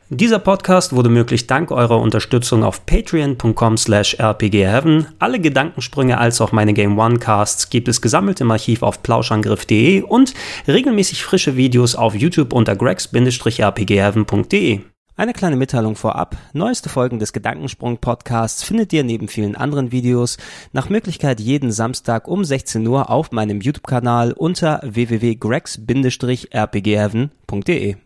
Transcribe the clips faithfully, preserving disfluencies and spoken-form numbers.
Dieser Podcast wurde möglich dank eurer Unterstützung auf patreon punkt com slash r p g heaven. Alle Gedankensprünge als auch meine Game One Casts gibt es gesammelt im Archiv auf plauschangriff punkt de und regelmäßig frische Videos auf YouTube unter gregs r p g heaven punkt de. Eine kleine Mitteilung vorab. Neueste Folgen des Gedankensprung-Podcasts findet ihr neben vielen anderen Videos nach Möglichkeit jeden Samstag um sechzehn Uhr auf meinem YouTube-Kanal unter w w w punkt gregs r p g heaven punkt de.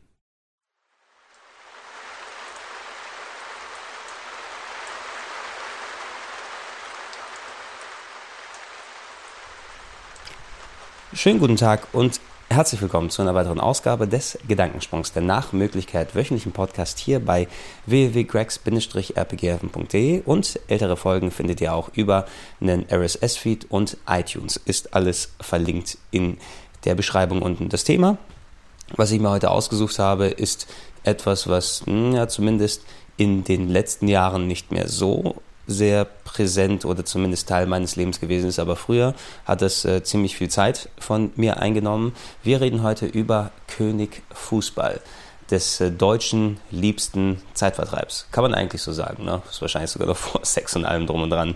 Schönen guten Tag und herzlich willkommen zu einer weiteren Ausgabe des Gedankensprungs, der nach Möglichkeit wöchentlichen Podcast hier bei w w w punkt gregs r p g heaven punkt de und ältere Folgen findet ihr auch über einen R S S-Feed und iTunes. Ist alles verlinkt in der Beschreibung unten. Das Thema, was ich mir heute ausgesucht habe, ist etwas, was ja, zumindest in den letzten Jahren nicht mehr so sehr präsent oder zumindest Teil meines Lebens gewesen ist, aber früher hat es äh, ziemlich viel Zeit von mir eingenommen. Wir reden heute über König Fußball, des äh, deutschen liebsten Zeitvertreibs. Kann man eigentlich so sagen, ne? Ist wahrscheinlich sogar noch vor Sex und allem drum und dran.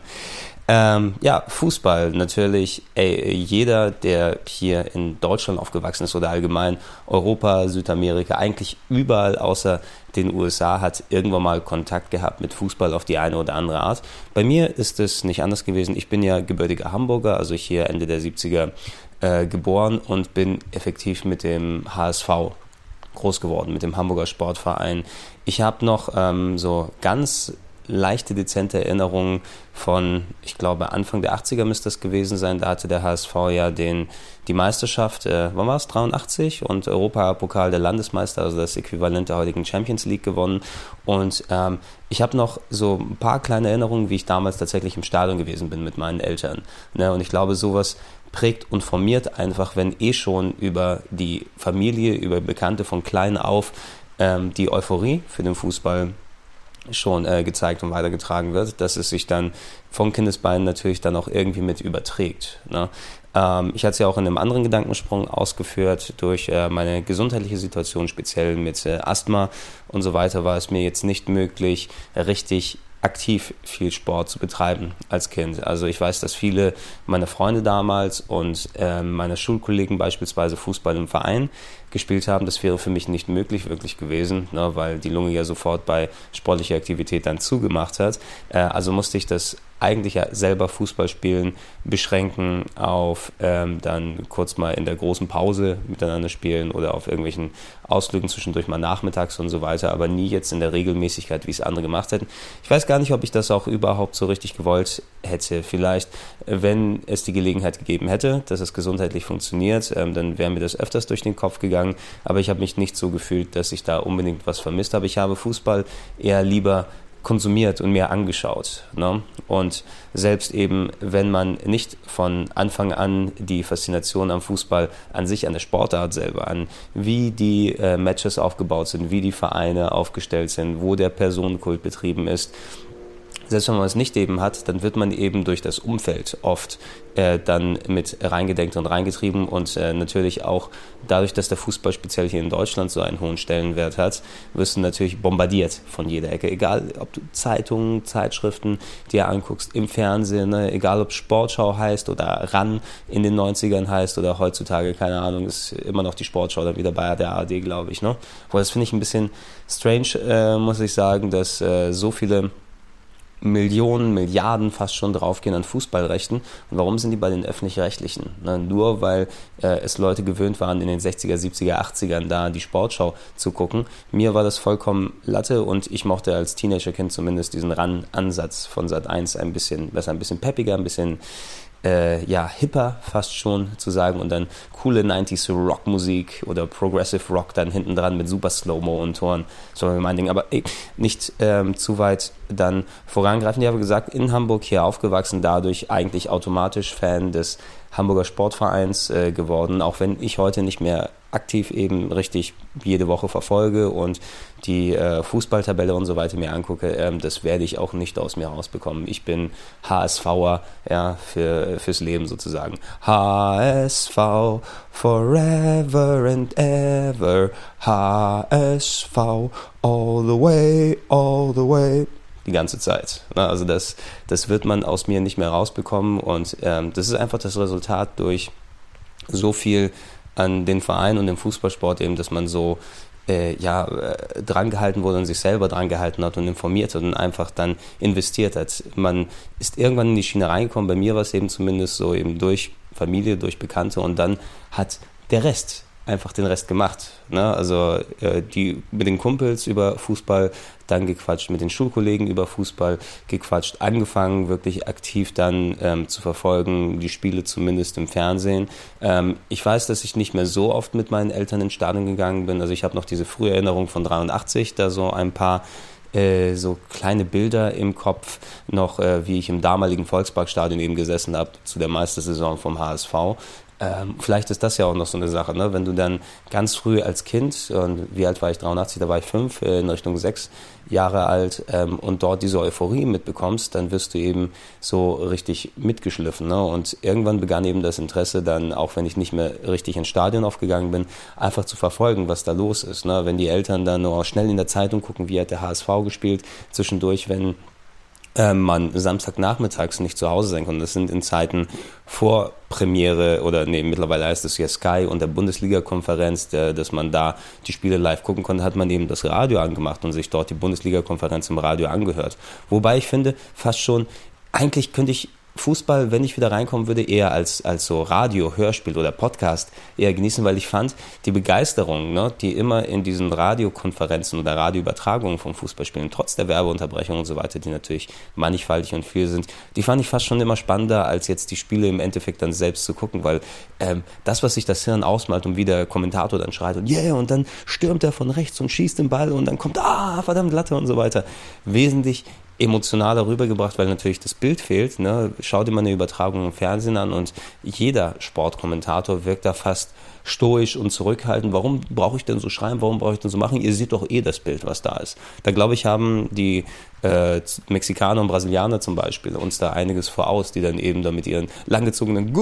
Ähm, ja, Fußball natürlich, ey, jeder, der hier in Deutschland aufgewachsen ist oder allgemein Europa, Südamerika, eigentlich überall außer den U S A hat irgendwann mal Kontakt gehabt mit Fußball auf die eine oder andere Art. Bei mir ist es nicht anders gewesen. Ich bin ja gebürtiger Hamburger, also hier Ende der siebziger äh, geboren und bin effektiv mit dem H S V groß geworden, mit dem Hamburger Sportverein. Ich habe noch ähm, so ganz leichte, dezente Erinnerungen von, ich glaube, Anfang der achtziger müsste das gewesen sein. Da hatte der H S V ja den, die Meisterschaft, äh, wann war es, dreiundachtzig und Europapokal der Landesmeister, also das Äquivalent der heutigen Champions League gewonnen. Und ähm, ich habe noch so ein paar kleine Erinnerungen, wie ich damals tatsächlich im Stadion gewesen bin mit meinen Eltern. Ne? Und ich glaube, sowas prägt und formiert einfach, wenn eh schon über die Familie, über Bekannte von klein auf ähm, die Euphorie für den Fußball schon äh, gezeigt und weitergetragen wird, dass es sich dann von Kindesbeinen natürlich dann auch irgendwie mit überträgt. Ne? Ähm, ich hatte es ja auch in einem anderen Gedankensprung ausgeführt, durch äh, meine gesundheitliche Situation, speziell mit äh, Asthma und so weiter, war es mir jetzt nicht möglich, richtig aktiv viel Sport zu betreiben als Kind. Also ich weiß, dass viele meiner Freunde damals und äh, meine Schulkollegen beispielsweise Fußball im Verein gespielt haben. Das wäre für mich nicht möglich wirklich gewesen, ne, weil die Lunge ja sofort bei sportlicher Aktivität dann zugemacht hat. Äh, also musste ich das eigentlich ja selber Fußball spielen beschränken auf ähm, dann kurz mal in der großen Pause miteinander spielen oder auf irgendwelchen Ausflügen zwischendurch mal nachmittags und so weiter, aber nie jetzt in der Regelmäßigkeit, wie es andere gemacht hätten. Ich weiß gar nicht, ob ich das auch überhaupt so richtig gewollt hätte. Vielleicht, wenn es die Gelegenheit gegeben hätte, dass es gesundheitlich funktioniert, ähm, dann wäre mir das öfters durch den Kopf gegangen, aber ich habe mich nicht so gefühlt, dass ich da unbedingt was vermisst habe. Ich habe Fußball eher lieber konsumiert und mir angeschaut. Ne? Und selbst eben, wenn man nicht von Anfang an die Faszination am Fußball an sich, an der Sportart selber, an wie die äh, Matches aufgebaut sind, wie die Vereine aufgestellt sind, wo der Personenkult betrieben ist, selbst wenn man es nicht eben hat, dann wird man eben durch das Umfeld oft äh, dann mit reingedenkt und reingetrieben und äh, natürlich auch dadurch, dass der Fußball speziell hier in Deutschland so einen hohen Stellenwert hat, wirst du natürlich bombardiert von jeder Ecke, egal ob du Zeitungen, Zeitschriften dir anguckst, im Fernsehen, ne? Egal ob Sportschau heißt oder RAN in den neunzigern heißt oder heutzutage, keine Ahnung, ist immer noch die Sportschau dann wieder bei der A R D, glaube ich. Ne? Wo das finde ich ein bisschen strange, äh, muss ich sagen, dass äh, so viele Millionen, Milliarden fast schon draufgehen an Fußballrechten. Und warum sind die bei den Öffentlich-Rechtlichen? Na, nur weil äh, es Leute gewöhnt waren, in den sechziger, siebziger, achtzigern da die Sportschau zu gucken. Mir war das vollkommen Latte und ich mochte als Teenagerkind zumindest diesen Ran-Ansatz von Sat eins ein bisschen besser, ein bisschen peppiger, ein bisschen Äh, ja, hipper fast schon zu sagen und dann coole neunziger Rockmusik oder Progressive Rock dann hinten dran mit super Slow-Mo und Toren. Das war mein Ding, aber ey, nicht ähm, zu weit dann vorangreifen. Ich habe gesagt, in Hamburg hier aufgewachsen, dadurch eigentlich automatisch Fan des Hamburger Sportvereins äh, geworden, auch wenn ich heute nicht mehr aktiv eben richtig jede Woche verfolge und die äh, Fußballtabelle und so weiter mir angucke, ähm, das werde ich auch nicht aus mir rausbekommen. Ich bin HSVer, ja, für, fürs Leben sozusagen. H S V forever and ever, H S V all the way, all the way. Die ganze Zeit. Also das, das wird man aus mir nicht mehr rausbekommen und ähm, das ist einfach das Resultat durch so viel an den Verein und den Fußballsport eben, dass man so äh, ja, äh, drangehalten wurde und sich selber drangehalten hat und informiert hat und einfach dann investiert hat. Man ist irgendwann in die Schiene reingekommen, bei mir war es eben zumindest so eben durch Familie, durch Bekannte und dann hat der Rest einfach den Rest gemacht. Ne? Also äh, die mit den Kumpels über Fußball dann gequatscht, mit den Schulkollegen über Fußball gequatscht, angefangen wirklich aktiv dann ähm, zu verfolgen, die Spiele zumindest im Fernsehen. Ähm, ich weiß, dass ich nicht mehr so oft mit meinen Eltern ins Stadion gegangen bin. Also ich habe noch diese frühe Erinnerung von dreiundachtzig, da so ein paar äh, so kleine Bilder im Kopf noch, äh, wie ich im damaligen Volksparkstadion eben gesessen habe, zu der Meistersaison vom H S V. Ähm, vielleicht ist das ja auch noch so eine Sache, ne? Wenn du dann ganz früh als Kind, und wie alt war ich, dreiundachtzig, da war ich fünf, äh, in Richtung sechs Jahre alt, ähm, und dort diese Euphorie mitbekommst, dann wirst du eben so richtig mitgeschliffen, ne? Und irgendwann begann eben das Interesse dann, auch wenn ich nicht mehr richtig ins Stadion aufgegangen bin, einfach zu verfolgen, was da los ist, ne? Wenn die Eltern dann nur schnell in der Zeitung gucken, wie hat der H S V gespielt, zwischendurch, wenn äh, man Samstagnachmittags nicht zu Hause sein konnte. Das sind in Zeiten vor Premiere oder nee, mittlerweile heißt es ja Sky und der Bundesliga-Konferenz, der, dass man da die Spiele live gucken konnte, hat man eben das Radio angemacht und sich dort die Bundesliga-Konferenz im Radio angehört. Wobei ich finde, fast schon, eigentlich könnte ich Fußball, wenn ich wieder reinkommen würde, eher als, als so Radio, Hörspiel oder Podcast eher genießen, weil ich fand, die Begeisterung, ne, die immer in diesen Radiokonferenzen oder Radioübertragungen vom Fußballspielen, trotz der Werbeunterbrechung und so weiter, die natürlich mannigfaltig und viel sind, die fand ich fast schon immer spannender, als jetzt die Spiele im Endeffekt dann selbst zu gucken, weil ähm, das, was sich das Hirn ausmalt und wie der Kommentator dann schreit und yeah, und dann stürmt er von rechts und schießt den Ball und dann kommt, ah, verdammt, Latte und so weiter, wesentlich emotionaler rübergebracht, weil natürlich das Bild fehlt. Ne? Schau dir mal eine Übertragung im Fernsehen an und jeder Sportkommentator wirkt da fast stoisch und zurückhaltend. Warum brauche ich denn so schreien? Warum brauche ich denn so machen? Ihr seht doch eh das Bild, was da ist. Da glaube ich, haben die äh, Mexikaner und Brasilianer zum Beispiel uns da einiges voraus, die dann eben da mit ihren langgezogenen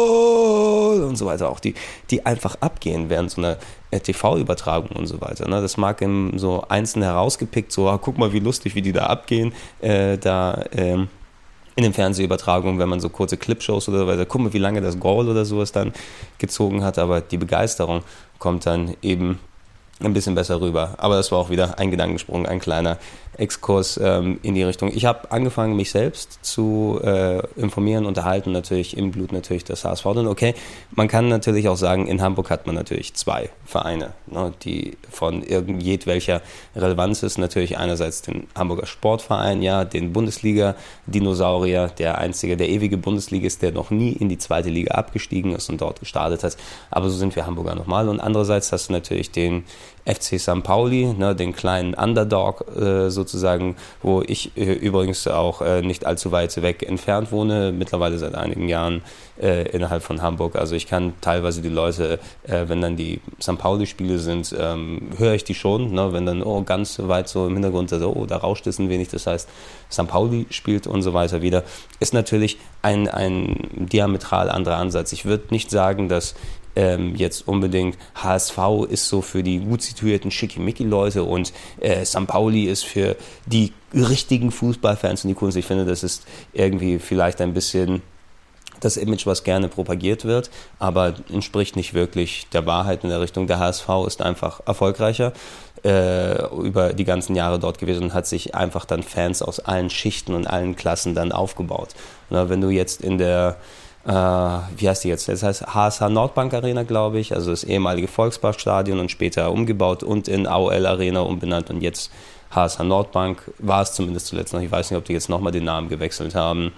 Goal und so weiter auch, die, die einfach abgehen während so einer äh, T V-Übertragung und so weiter. Ne? Das mag im so einzeln herausgepickt, so ah, guck mal, wie lustig, wie die da abgehen, äh, da ähm, in den Fernsehübertragungen, wenn man so kurze Clipshows oder so weiter, guck mal, wie lange das Goal oder sowas dann gezogen hat, aber die Begeisterung kommt dann eben ein bisschen besser rüber. Aber das war auch wieder ein Gedankensprung, ein kleiner Exkurs ähm, in die Richtung. Ich habe angefangen, mich selbst zu äh, informieren, unterhalten, natürlich im Blut natürlich das H S V. Und okay, man kann natürlich auch sagen, in Hamburg hat man natürlich zwei Vereine, ne, die von irgendwelcher Relevanz ist. Natürlich einerseits den Hamburger Sportverein, ja, den Bundesliga-Dinosaurier, der einzige, der ewige Bundesligist, der noch nie in die zweite Liga abgestiegen ist und dort gestartet hat. Aber so sind wir Hamburger nochmal. Und andererseits hast du natürlich den F C Sankt Pauli, ne, den kleinen Underdog äh, sozusagen, wo ich äh, übrigens auch äh, nicht allzu weit weg entfernt wohne, mittlerweile seit einigen Jahren äh, innerhalb von Hamburg. Also ich kann teilweise die Leute, äh, wenn dann die Sankt Pauli-Spiele sind, ähm, höre ich die schon, ne, wenn dann oh, ganz weit so im Hintergrund, also, oh, da rauscht es ein wenig, das heißt, Sankt Pauli spielt und so weiter wieder, ist natürlich ein, ein diametral anderer Ansatz. Ich würde nicht sagen, dass Ähm, jetzt unbedingt H S V ist so für die gut situierten Schickimicki-Leute und äh, Sankt Pauli ist für die richtigen Fußballfans und die Kunst. Ich finde, das ist irgendwie vielleicht ein bisschen das Image, was gerne propagiert wird, aber entspricht nicht wirklich der Wahrheit in der Richtung. Der H S V ist einfach erfolgreicher äh, über die ganzen Jahre dort gewesen und hat sich einfach dann Fans aus allen Schichten und allen Klassen dann aufgebaut. Na, wenn du jetzt in der Uh, wie heißt die jetzt? Das heißt H S H Nordbank Arena, glaube ich, also das ehemalige Volksparkstadion und später umgebaut und in A O L Arena umbenannt und jetzt H S H Nordbank, war es zumindest zuletzt noch, ich weiß nicht, ob die jetzt nochmal den Namen gewechselt haben.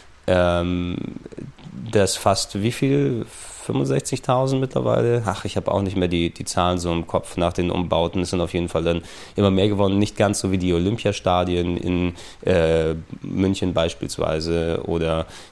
Ähm, das fast wie viel? fünfundsechzigtausend mittlerweile. Ach, ich habe auch nicht mehr die, die Zahlen so im Kopf nach den Umbauten. Es sind auf jeden Fall dann immer mehr geworden. Nicht ganz so wie die Olympiastadien in äh, München beispielsweise oder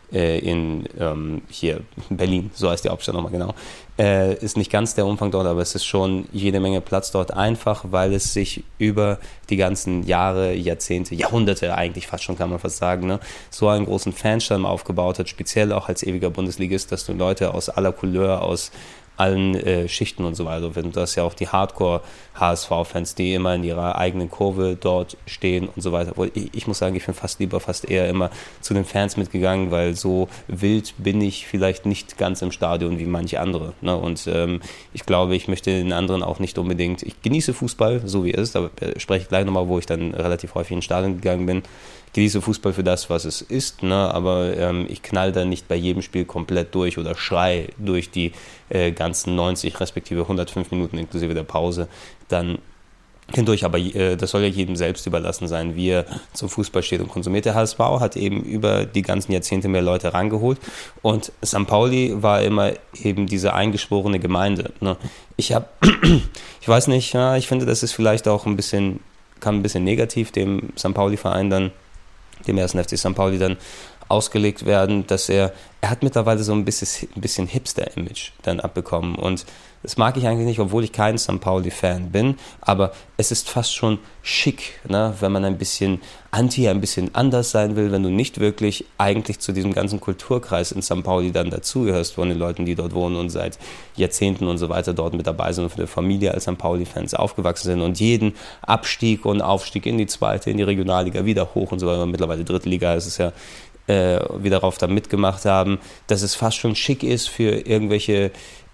äh, in ähm, hier Berlin, so heißt die Hauptstadt nochmal genau, äh, ist nicht ganz der Umfang dort, aber es ist schon jede Menge Platz dort, einfach weil es sich über die ganzen Jahre, Jahrzehnte, Jahrhunderte eigentlich fast schon, kann man fast sagen, ne, so einen großen Fanstamm aufgebaut hat, speziell auch als ewiger Bundesligist, dass du Leute aus aller Couleur, aus allen äh, Schichten und so weiter. Du hast ja auch die Hardcore-H S V-Fans, die immer in ihrer eigenen Kurve dort stehen und so weiter. Ich, ich muss sagen, ich bin fast lieber fast eher immer zu den Fans mitgegangen, weil so wild bin ich vielleicht nicht ganz im Stadion wie manche andere. Ne? Und ähm, ich glaube, ich möchte den anderen auch nicht unbedingt, ich genieße Fußball, so wie es ist, aber spreche ich gleich nochmal, wo ich dann relativ häufig ins Stadion gegangen bin. Genieße Fußball für das, was es ist, ne? Aber ähm, ich knall da nicht bei jedem Spiel komplett durch oder schrei durch die äh, ganzen neunzig respektive hundertfünf Minuten inklusive der Pause dann hindurch. Aber äh, das soll ja jedem selbst überlassen sein, wie er zum Fußball steht und konsumiert. Der H S V hat eben über die ganzen Jahrzehnte mehr Leute rangeholt und Sankt Pauli war immer eben diese eingeschworene Gemeinde. Ne? Ich habe, ich weiß nicht, ja, ich finde, das ist vielleicht auch ein bisschen, kann ein bisschen negativ dem Sankt Pauli-Verein dann, dem ersten F C Sankt Pauli dann ausgelegt werden, dass er, er hat mittlerweile so ein bisschen, ein bisschen Hipster-Image dann abbekommen und das mag ich eigentlich nicht, obwohl ich kein Sankt Pauli-Fan bin, aber es ist fast schon schick, ne, wenn man ein bisschen anti, ein bisschen anders sein will, wenn du nicht wirklich eigentlich zu diesem ganzen Kulturkreis in Sankt Pauli dann dazugehörst von den Leuten, die dort wohnen und seit Jahrzehnten und so weiter dort mit dabei sind und von der Familie als Sankt Pauli-Fans aufgewachsen sind und jeden Abstieg und Aufstieg in die zweite, in die Regionalliga wieder hoch und so weiter, mittlerweile dritte Liga ist es ja, äh, wieder darauf da mitgemacht haben, dass es fast schon schick ist für irgendwelche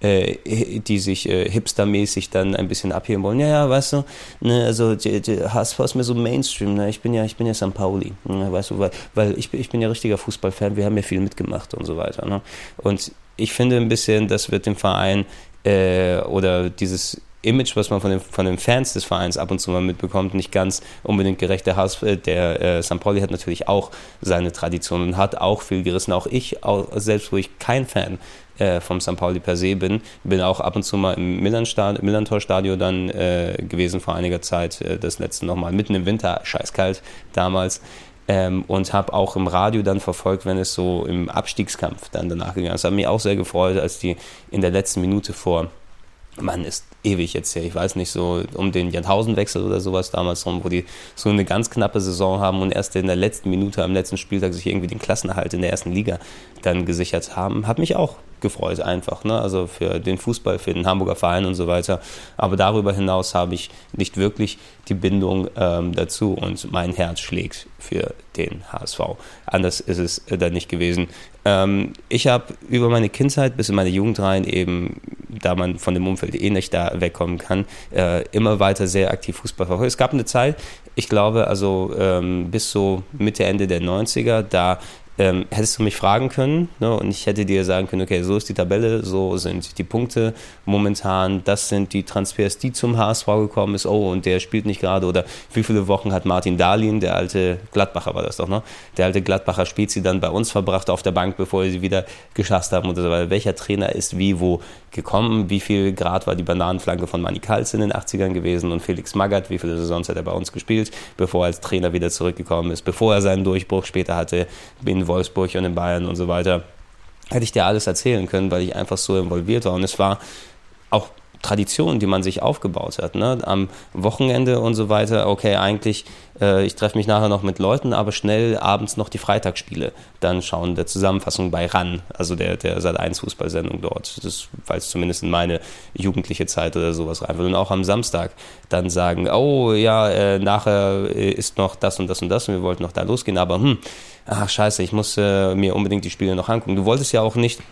Äh, die sich äh, hipstermäßig dann ein bisschen abheben wollen. Ja, ja, weißt du, ne, also die, die H S V ist mir so Mainstream, ne? Ich bin ja, ich bin ja Sankt Pauli, ne? Weißt du, weil, weil ich, ich bin ja richtiger Fußballfan, wir haben ja viel mitgemacht und so weiter. Ne? Und ich finde ein bisschen, das wird dem Verein äh, oder dieses Image, was man von den, von den Fans des Vereins ab und zu mal mitbekommt, nicht ganz unbedingt gerecht. Der, H S V, der äh, Sankt Pauli hat natürlich auch seine Traditionen und hat auch viel gerissen. Auch ich, auch, selbst wo ich kein Fan äh, vom Sankt Pauli per se bin, bin auch ab und zu mal im Millantor-Stadion dann äh, gewesen vor einiger Zeit. Äh, das letzte nochmal mitten im Winter, scheißkalt damals. Ähm, und habe auch im Radio dann verfolgt, wenn es so im Abstiegskampf dann danach gegangen ist. Das hat mich auch sehr gefreut, als die in der letzten Minute vor, Mann, ist ewig jetzt her, ich weiß nicht, so um den Jahrtausendwechsel oder sowas damals rum, wo die so eine ganz knappe Saison haben und erst in der letzten Minute am letzten Spieltag sich irgendwie den Klassenerhalt in der ersten Liga dann gesichert haben, hat mich auch gefreut einfach, ne? Also für den Fußball, für den Hamburger Verein und so weiter, aber darüber hinaus habe ich nicht wirklich die Bindung ähm, dazu und mein Herz schlägt für den H S V. Anders ist es äh, dann nicht gewesen. Ähm, ich habe über meine Kindheit bis in meine Jugend rein eben, da man von dem Umfeld eh nicht da wegkommen kann, äh, immer weiter sehr aktiv Fußball verfolgt. Es gab eine Zeit, ich glaube, also ähm, bis so Mitte, Ende der neunziger, da Ähm, hättest du mich fragen können, ne, und ich hätte dir sagen können, okay, so ist die Tabelle, so sind die Punkte momentan, das sind die Transfers, die zum H S V gekommen ist, oh, und der spielt nicht gerade, oder wie viele Wochen hat Martin Dahlin, der alte Gladbacher war das doch, ne, der alte Gladbacher Spezi dann bei uns verbracht auf der Bank, bevor sie wieder geschasst haben und so weiter. Welcher Trainer ist wie wo gekommen, wie viel Grad war die Bananenflanke von Manny Kals in den achtzigern gewesen und Felix Magath, wie viele Saisons hat er bei uns gespielt, bevor er als Trainer wieder zurückgekommen ist, bevor er seinen Durchbruch später hatte in Wolfsburg und in Bayern und so weiter, hätte ich dir alles erzählen können, weil ich einfach so involviert war. Und es war auch Tradition, die man sich aufgebaut hat, ne? Am Wochenende und so weiter, okay, eigentlich, äh, ich treffe mich nachher noch mit Leuten, aber schnell abends noch die Freitagsspiele dann schauen, der Zusammenfassung bei RAN, also der, der Sat eins Fußballsendung dort, das, weil es zumindest in meine jugendliche Zeit oder sowas rein will. Und auch am Samstag dann sagen, oh ja, äh, nachher ist noch das und das und das und wir wollten noch da losgehen, aber hm, ach scheiße, ich muss äh, mir unbedingt die Spiele noch angucken. Du wolltest ja auch nicht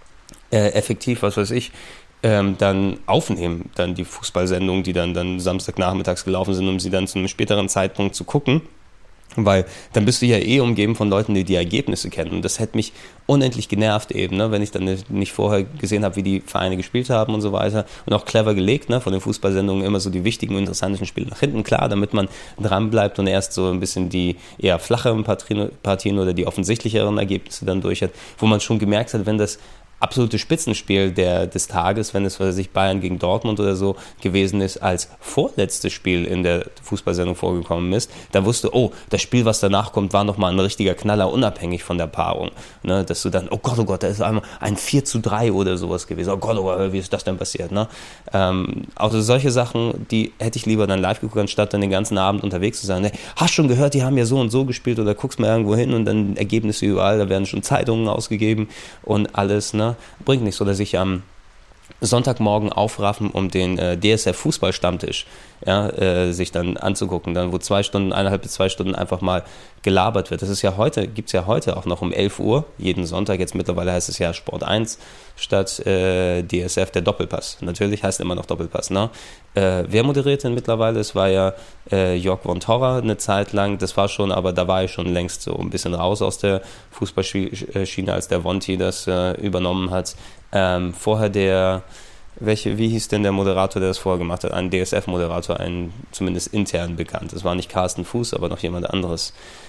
äh, effektiv, was weiß ich, ähm, dann aufnehmen, dann die Fußballsendungen, die dann, dann Samstagnachmittags gelaufen sind, um sie dann zu einem späteren Zeitpunkt zu gucken. Weil dann bist du ja eh umgeben von Leuten, die die Ergebnisse kennen. Und das hätte mich unendlich genervt eben, ne? Wenn ich dann nicht vorher gesehen habe, wie die Vereine gespielt haben und so weiter. Und auch clever gelegt, ne? Von den Fußballsendungen immer so die wichtigen und interessanten Spiele nach hinten. Klar, damit man dran bleibt und erst so ein bisschen die eher flacheren Partien oder die offensichtlicheren Ergebnisse dann durch hat. Wo man schon gemerkt hat, wenn das absolute Spitzenspiel der, des Tages, wenn es, was weiß ich, Bayern gegen Dortmund oder so gewesen ist, als vorletztes Spiel in der Fußballsendung vorgekommen ist, dann wusste, oh, das Spiel, was danach kommt, war nochmal ein richtiger Knaller, unabhängig von der Paarung. Ne? Dass du dann, oh Gott, oh Gott, da ist einmal ein vier zu drei oder sowas gewesen. Oh Gott, oh Gott, wie ist das denn passiert? Ne? Ähm, also solche Sachen, die hätte ich lieber dann live geguckt, anstatt dann den ganzen Abend unterwegs zu sein. Ne? Hast schon gehört, die haben ja so und so gespielt, oder guckst mal irgendwo hin und dann Ergebnisse überall, da werden schon Zeitungen ausgegeben und alles. Ne? Bringt nichts. Oder sich am Sonntagmorgen aufraffen, um den äh, D S F-Fußball-Stammtisch ja, äh, sich dann anzugucken, dann wo zwei Stunden, eineinhalb bis zwei Stunden einfach mal gelabert wird. Das ist ja heute, gibt es ja heute auch noch um elf Uhr, jeden Sonntag, jetzt mittlerweile heißt es ja Sport eins statt äh, D S F, der Doppelpass. Natürlich heißt immer noch Doppelpass, ne? Äh, wer moderiert denn mittlerweile? Es war ja äh, Jörg von Torra eine Zeit lang, das war schon, aber da war ich schon längst so ein bisschen raus aus der Fußballschiene, als der Wonti das äh, übernommen hat. Ähm, vorher der, welche, wie hieß denn der Moderator, der das vorher gemacht hat? Ein D S F-Moderator, ein zumindest intern bekannt. Das war nicht Carsten Fuß, aber noch jemand anderes.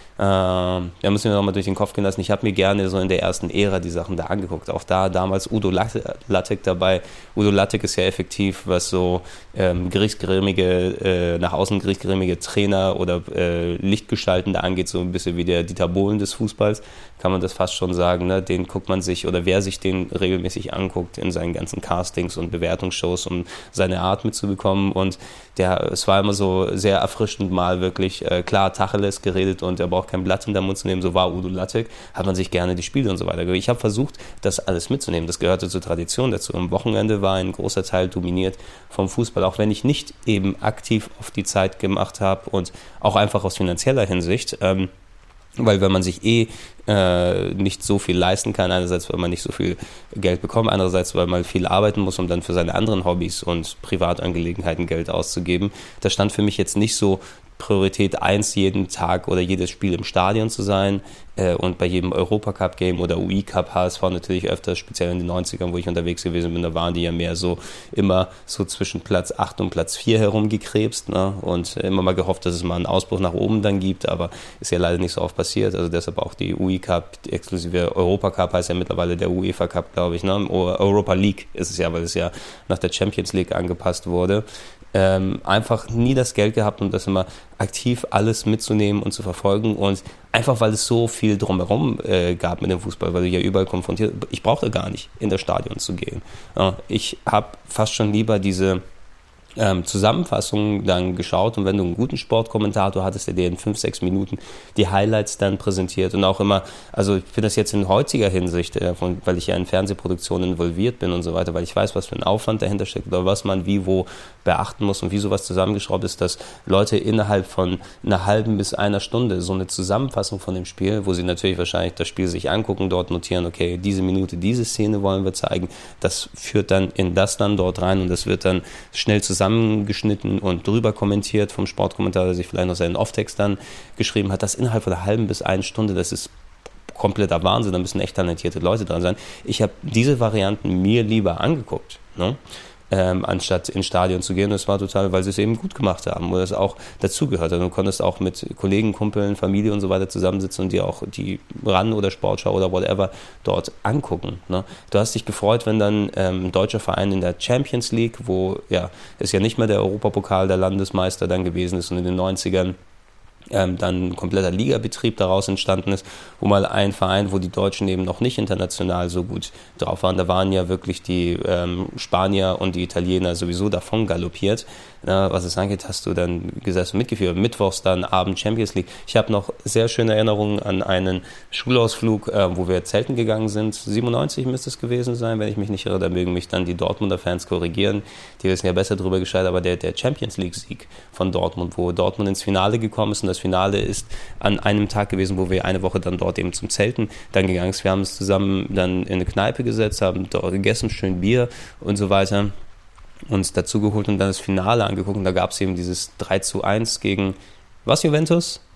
Ähm, da müssen wir nochmal durch den Kopf gehen lassen. Ich habe mir gerne so in der ersten Ära die Sachen da angeguckt. Auch da damals Udo Lattek dabei. Udo Lattek ist ja effektiv, was so ähm, gerichtsgrämige, äh, nach außen gerichtsgrämige Trainer oder äh, Lichtgestalten da angeht, so ein bisschen wie der Dieter Bohlen des Fußballs, kann man das fast schon sagen. Ne? Den guckt man sich, oder wer sich den regelmäßig anguckt in seinen ganzen Castings und Bewertungsshows, um seine Art mitzubekommen. Und der, es war immer so sehr erfrischend, mal wirklich äh, klar Tacheles geredet, und er braucht kein Blatt in den Mund zu nehmen. So war Udo Lattek, hat man sich gerne die Spiele und so weiter gehört. Ich habe versucht, das alles mitzunehmen. Das gehörte zur Tradition dazu. Am Wochenende war ein großer Teil dominiert vom Fußball, auch wenn ich nicht eben aktiv auf die Zeit gemacht habe und auch einfach aus finanzieller Hinsicht. Ähm, Weil wenn man sich eh äh, nicht so viel leisten kann, einerseits, weil man nicht so viel Geld bekommt, andererseits, weil man viel arbeiten muss, um dann für seine anderen Hobbys und Privatangelegenheiten Geld auszugeben, das stand für mich jetzt nicht so Priorität eins, jeden Tag oder jedes Spiel im Stadion zu sein, äh, und bei jedem Europacup-Game oder U I-Cup, H S V natürlich öfters, speziell in den neunzigern, wo ich unterwegs gewesen bin, da waren die ja mehr so immer so zwischen Platz acht und Platz vier herumgekrebst, ne? Und immer mal gehofft, dass es mal einen Ausbruch nach oben dann gibt, aber ist ja leider nicht so oft passiert, also deshalb auch die U I-Cup, exklusive Europacup heißt ja mittlerweile der UEFA-Cup, glaube ich, ne? Europa League ist es ja, weil es ja nach der Champions League angepasst wurde. Ähm, einfach nie das Geld gehabt, um das immer aktiv alles mitzunehmen und zu verfolgen, und einfach, weil es so viel drumherum äh, gab mit dem Fußball, weil du ja überall konfrontiert, ich brauchte gar nicht in das Stadion zu gehen. Ja, ich habe fast schon lieber diese Ähm, Zusammenfassungen dann geschaut, und wenn du einen guten Sportkommentator hattest, der dir in fünf, sechs Minuten die Highlights dann präsentiert, und auch immer, also ich finde das jetzt in heutiger Hinsicht, äh, von, weil ich ja in Fernsehproduktionen involviert bin und so weiter, weil ich weiß, was für ein Aufwand dahinter steckt oder was man wie wo beachten muss und wie sowas zusammengeschraubt ist, dass Leute innerhalb von einer halben bis einer Stunde so eine Zusammenfassung von dem Spiel, wo sie natürlich wahrscheinlich das Spiel sich angucken, dort notieren, okay, diese Minute, diese Szene wollen wir zeigen, das führt dann in das dann dort rein, und das wird dann schnell zusammen zusammengeschnitten und drüber kommentiert vom Sportkommentator, der sich vielleicht noch seinen Off-Text dann geschrieben hat. Das innerhalb von einer halben bis einer Stunde, das ist kompletter Wahnsinn, da müssen echt talentierte Leute dran sein. Ich habe diese Varianten mir lieber angeguckt, ne? Ähm, anstatt ins Stadion zu gehen. Das war total, weil sie es eben gut gemacht haben, wo das auch dazugehört hat. Du konntest auch mit Kollegen, Kumpeln, Familie und so weiter zusammensitzen und dir auch die RAN oder Sportschau oder whatever dort angucken. Ne? Du hast dich gefreut, wenn dann ähm, ein deutscher Verein in der Champions League, wo ja ist ja nicht mehr der Europapokal der Landesmeister dann gewesen ist, und in den neunzigern Ähm, dann ein kompletter Ligabetrieb daraus entstanden ist, wo mal ein Verein, wo die Deutschen eben noch nicht international so gut drauf waren, da waren ja wirklich die ähm, Spanier und die Italiener sowieso davon galoppiert. Na, was es angeht, hast du dann gesessen und mitgeführt. Mittwochs dann Abend Champions League. Ich habe noch sehr schöne Erinnerungen an einen Schulausflug, äh, wo wir zelten gegangen sind. siebenundneunzig müsste es gewesen sein, wenn ich mich nicht irre. Da mögen mich dann die Dortmunder Fans korrigieren. Die wissen ja besser drüber Bescheid, aber der, der Champions League-Sieg von Dortmund, wo Dortmund ins Finale gekommen ist, und das Finale ist an einem Tag gewesen, wo wir eine Woche dann dort eben zum Zelten dann gegangen sind. Wir haben uns zusammen dann in eine Kneipe gesetzt, haben dort gegessen, schön Bier und so weiter, uns dazu geholt und dann das Finale angeguckt. Und da gab es eben dieses drei zu eins gegen, was, Juventus?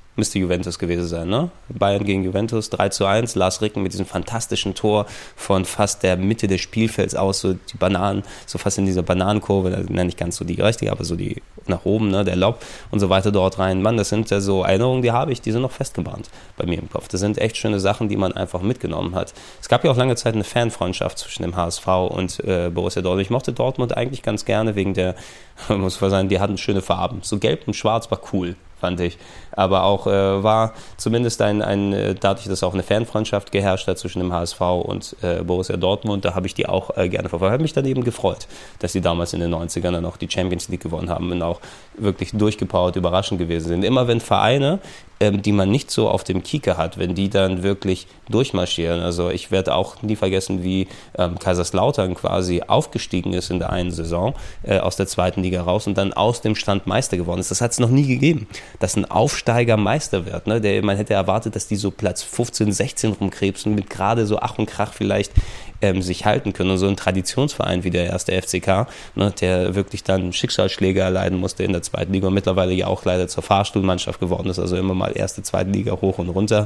müsste Juventus gewesen sein, ne? Bayern gegen Juventus, drei zu eins, Lars Ricken mit diesem fantastischen Tor von fast der Mitte des Spielfelds aus, so die Bananen, so fast in dieser Bananenkurve, also nicht ganz so die richtige, aber so die nach oben, ne, der Lob und so weiter dort rein. Mann, das sind ja so Erinnerungen, die habe ich, die sind noch festgebrannt bei mir im Kopf. Das sind echt schöne Sachen, die man einfach mitgenommen hat. Es gab ja auch lange Zeit eine Fanfreundschaft zwischen dem H S V und äh, Borussia Dortmund. Ich mochte Dortmund eigentlich ganz gerne wegen der, muss man sagen, die hatten schöne Farben. So gelb und schwarz war cool, fand ich. Aber auch äh, war zumindest ein, ein, dadurch, dass auch eine Fanfreundschaft geherrscht hat zwischen dem H S V und äh, Borussia Dortmund, da habe ich die auch äh, gerne verfolgt. Habe mich dann eben gefreut, dass die damals in den neunzigern dann auch die Champions League gewonnen haben und auch wirklich durchgepowert, überraschend gewesen sind. Immer wenn Vereine, ähm, die man nicht so auf dem Kieker hat, wenn die dann wirklich durchmarschieren. Also ich werde auch nie vergessen, wie ähm, Kaiserslautern quasi aufgestiegen ist in der einen Saison äh, aus der zweiten Liga raus und dann aus dem Stand Meister geworden ist. Das hat es noch nie gegeben, dass ein Aufsteiger Meister wird. Ne? Der, man hätte erwartet, dass die so Platz fünfzehn, sechzehn rumkrebsen, mit gerade so Ach und Krach vielleicht ähm, sich halten können. Und so ein Traditionsverein wie der erste F C K, ne, der wirklich dann Schicksalsschläge erleiden musste in der zweiten Liga und mittlerweile ja auch leider zur Fahrstuhlmannschaft geworden ist, also immer mal erste, zweite Liga hoch und runter.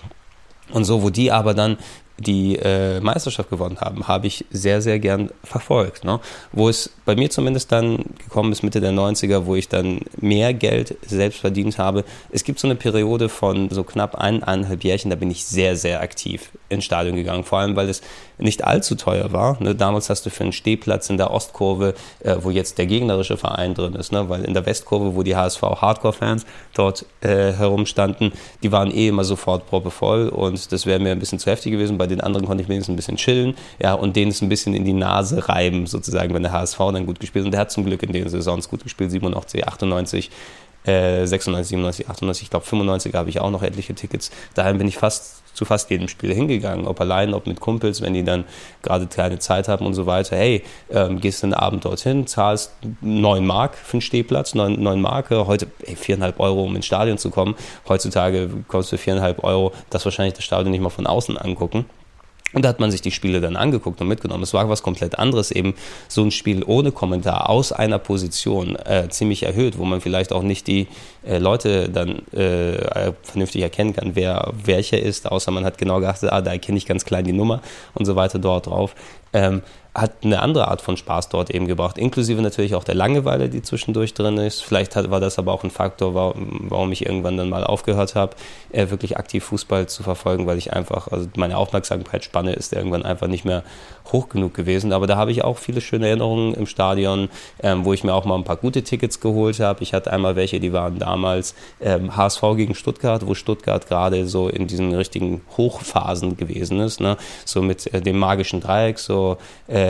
Und so, wo die aber dann die äh, Meisterschaft gewonnen haben, habe ich sehr, sehr gern verfolgt. Ne? Wo es bei mir zumindest dann gekommen ist, Mitte der neunziger, wo ich dann mehr Geld selbst verdient habe. Es gibt so eine Periode von so knapp eineinhalb Jährchen, da bin ich sehr, sehr aktiv ins Stadion gegangen. Vor allem, weil es nicht allzu teuer war. Ne? Damals hast du für einen Stehplatz in der Ostkurve, äh, wo jetzt der gegnerische Verein drin ist, ne? Weil in der Westkurve, wo die H S V-Hardcore-Fans dort äh, herumstanden, die waren eh immer sofort proppevoll und das wäre mir ein bisschen zu heftig gewesen. Bei den anderen konnte ich wenigstens ein bisschen chillen, ja, und denen es ein bisschen in die Nase reiben, sozusagen, wenn der H S V dann gut gespielt hat. Und der hat zum Glück in den Saisons gut gespielt, siebenundachtzig, achtundneunzig, äh, sechsundneunzig, siebenundneunzig, achtundneunzig, ich glaube fünfundneunzig habe ich auch noch etliche Tickets. Daheim bin ich fast zu fast jedem Spiel hingegangen, ob allein, ob mit Kumpels, wenn die dann gerade keine Zeit haben und so weiter. Hey, ähm, gehst du einen Abend dorthin, zahlst neun Mark für einen Stehplatz, neun Mark, heute ey, viereinhalb Euro, um ins Stadion zu kommen. Heutzutage kommst du für viereinhalb Euro, das wahrscheinlich das Stadion nicht mal von außen angucken. Und da hat man sich die Spiele dann angeguckt und mitgenommen. Es war was komplett anderes, eben so ein Spiel ohne Kommentar aus einer Position äh, ziemlich erhöht, wo man vielleicht auch nicht die äh, Leute dann äh, vernünftig erkennen kann, wer welcher ist, außer man hat genau geachtet, ah, da erkenne ich ganz klein die Nummer und so weiter dort drauf. Ähm, hat eine andere Art von Spaß dort eben gebracht, inklusive natürlich auch der Langeweile, die zwischendurch drin ist. Vielleicht hat, war das aber auch ein Faktor, warum, warum ich irgendwann dann mal aufgehört habe, äh, wirklich aktiv Fußball zu verfolgen, weil ich einfach, also meine Aufmerksamkeitsspanne ist irgendwann einfach nicht mehr hoch genug gewesen. Aber da habe ich auch viele schöne Erinnerungen im Stadion, ähm, wo ich mir auch mal ein paar gute Tickets geholt habe. Ich hatte einmal welche, die waren damals ähm, H S V gegen Stuttgart, wo Stuttgart gerade so in diesen richtigen Hochphasen gewesen ist, ne? So mit äh, dem magischen Dreieck, so äh,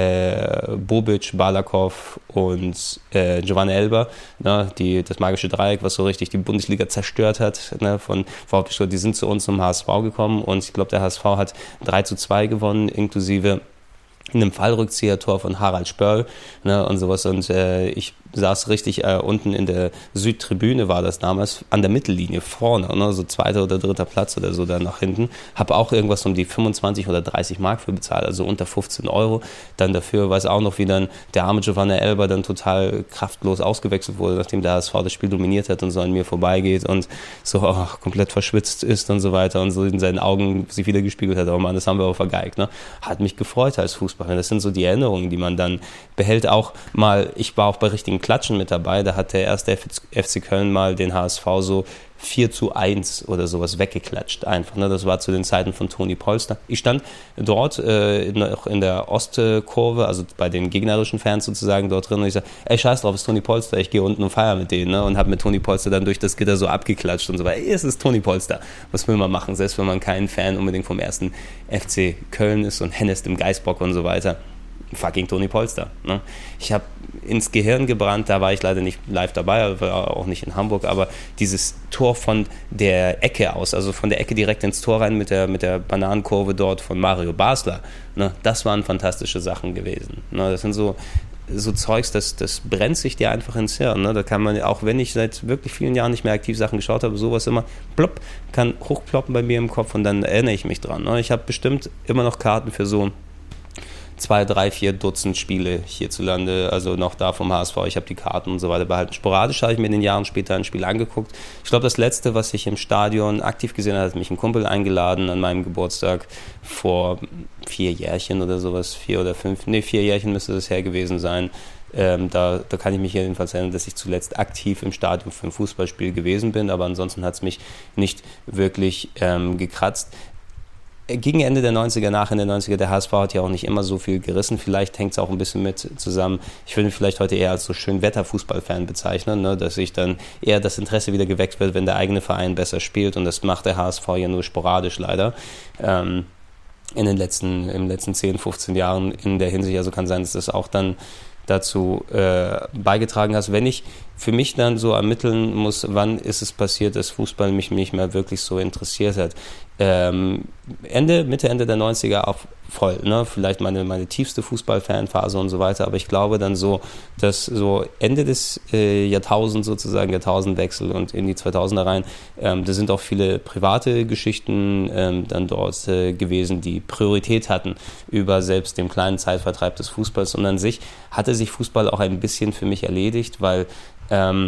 Bobic, Balakov und äh, Giovanni Elber, ne, die, das magische Dreieck, was so richtig die Bundesliga zerstört hat, ne, von VfB Stuttgart, die sind zu uns zum H S V gekommen und ich glaube, der H S V hat drei zu zwei gewonnen, inklusive in einem Fallrückzieher-Tor von Harald Spörl, ne, und sowas. Und äh, ich saß richtig äh, unten in der Südtribüne, war das damals, an der Mittellinie vorne, ne, so zweiter oder dritter Platz oder so da nach hinten. Habe auch irgendwas um die fünfundzwanzig oder dreißig Mark für bezahlt, also unter fünfzehn Euro. Dann dafür weiß auch noch, wie dann der arme Giovanni Elber dann total kraftlos ausgewechselt wurde, nachdem der H S V das Spiel dominiert hat und so an mir vorbeigeht und so oh, komplett verschwitzt ist und so weiter und so in seinen Augen sich wieder gespiegelt hat. Aber Mann, das haben wir auch vergeigt. Ne? Hat mich gefreut als Fußballer. Das sind so die Erinnerungen, die man dann behält. Auch mal, ich war auch bei richtigen Klatschen mit dabei, da hat der erste F C Köln mal den H S V so vier zu eins oder sowas weggeklatscht einfach. Ne? Das war zu den Zeiten von Toni Polster. Ich stand dort äh, noch in der Ostkurve, also bei den gegnerischen Fans sozusagen dort drin und ich sage, ey, scheiß drauf, ist Toni Polster, ich gehe unten und feier mit denen, ne? Und habe mit Toni Polster dann durch das Gitter so abgeklatscht und so weiter. Ey, es ist Toni Polster. Was will man machen, selbst wenn man kein Fan unbedingt vom ersten F C Köln ist und Hennes dem Geißbock und so weiter. Fucking Toni Polster. Ne? Ich habe ins Gehirn gebrannt, da war ich leider nicht live dabei, war auch nicht in Hamburg, aber dieses Tor von der Ecke aus, also von der Ecke direkt ins Tor rein mit der, mit der Bananenkurve dort von Mario Basler, ne? Das waren fantastische Sachen gewesen. Ne? Das sind so, so Zeugs, das, das brennt sich dir einfach ins Hirn. Ne? Da kann man, auch wenn ich seit wirklich vielen Jahren nicht mehr aktiv Sachen geschaut habe, sowas immer plopp, kann hochploppen bei mir im Kopf und dann erinnere ich mich dran. Ne? Ich habe bestimmt immer noch Karten für so zwei, drei, vier Dutzend Spiele hierzulande, also noch da vom H S V. Ich habe die Karten und so weiter behalten. Sporadisch habe ich mir in den Jahren später ein Spiel angeguckt. Ich glaube, das letzte, was ich im Stadion aktiv gesehen habe, hat mich ein Kumpel eingeladen an meinem Geburtstag vor vier Jährchen oder sowas, vier oder fünf, nee, vier Jährchen müsste das her gewesen sein. Ähm, da, da kann ich mich jedenfalls erinnern, dass ich zuletzt aktiv im Stadion für ein Fußballspiel gewesen bin, aber ansonsten hat es mich nicht wirklich ähm, gekratzt. Gegen Ende der neunziger, nach Ende der neunziger, der H S V hat ja auch nicht immer so viel gerissen, vielleicht hängt es auch ein bisschen mit zusammen. Ich würde mich vielleicht heute eher als so Schönwetter-Fußballfan bezeichnen, ne? Dass sich dann eher das Interesse wieder geweckt wird, wenn der eigene Verein besser spielt, und das macht der H S V ja nur sporadisch leider. Ähm, in den letzten, im letzten zehn, fünfzehn Jahren in der Hinsicht, also kann sein, dass das auch dann dazu äh, beigetragen hast. Wenn ich für mich dann so ermitteln muss, wann ist es passiert, dass Fußball mich nicht mehr wirklich so interessiert hat. Ähm, Ende, Mitte, Ende der neunziger auch voll, ne? Vielleicht meine, meine tiefste Fußballfanphase und so weiter, aber ich glaube dann so, dass so Ende des äh, Jahrtausends sozusagen, Jahrtausendwechsel und in die zweitausender rein, ähm, da sind auch viele private Geschichten ähm, dann dort äh, gewesen, die Priorität hatten über selbst dem kleinen Zeitvertreib des Fußballs, und an sich hatte sich Fußball auch ein bisschen für mich erledigt, weil ähm,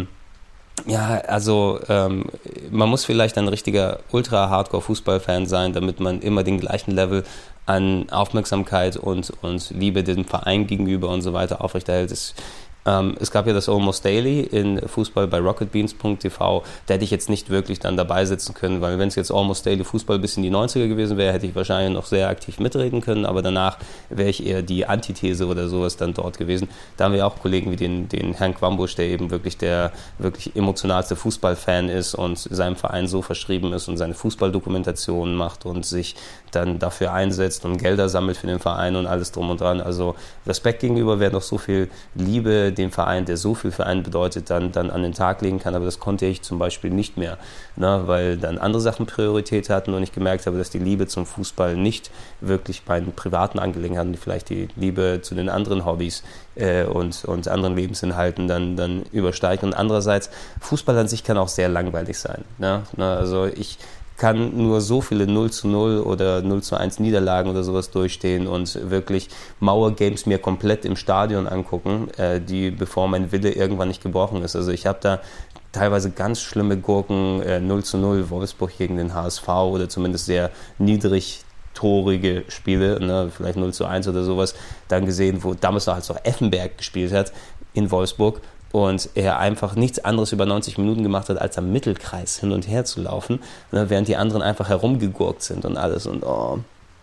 ja, also ähm, man muss vielleicht ein richtiger Ultra-Hardcore-Fußballfan sein, damit man immer den gleichen Level an Aufmerksamkeit und, und Liebe dem Verein gegenüber und so weiter aufrechterhält. Es, ähm, es gab ja das Almost Daily in Fußball bei rocketbeans punkt t v. Da hätte ich jetzt nicht wirklich dann dabei sitzen können, weil wenn es jetzt Almost Daily Fußball bis in die neunziger gewesen wäre, hätte ich wahrscheinlich noch sehr aktiv mitreden können, aber danach wäre ich eher die Antithese oder sowas dann dort gewesen. Da haben wir auch Kollegen wie den, den Herrn Quambusch, der eben wirklich der wirklich emotionalste Fußballfan ist und seinem Verein so verschrieben ist und seine Fußballdokumentationen macht und sich dann dafür einsetzt und Gelder sammelt für den Verein und alles drum und dran. Also Respekt gegenüber, wer noch so viel Liebe dem Verein, der so viel für einen bedeutet, dann, dann an den Tag legen kann. Aber das konnte ich zum Beispiel nicht mehr, ne, weil dann andere Sachen Priorität hatten und ich gemerkt habe, dass die Liebe zum Fußball nicht wirklich bei den privaten Angelegenheiten, vielleicht die Liebe zu den anderen Hobbys äh, und, und anderen Lebensinhalten dann, dann übersteigt. Und andererseits, Fußball an sich kann auch sehr langweilig sein. Ne? Also ich kann nur so viele null zu null oder null zu eins Niederlagen oder sowas durchstehen und wirklich Mauergames mir komplett im Stadion angucken, äh, die bevor mein Wille irgendwann nicht gebrochen ist. Also ich habe da teilweise ganz schlimme Gurken, äh, null zu null Wolfsburg gegen den H S V oder zumindest sehr niedrig torige Spiele, ne, vielleicht null zu eins oder sowas, dann gesehen, wo damals noch als auch Effenberg gespielt hat in Wolfsburg. Und er einfach nichts anderes über neunzig Minuten gemacht hat, als am Mittelkreis hin und her zu laufen, ne, während die anderen einfach herumgegurkt sind und alles. Und oh,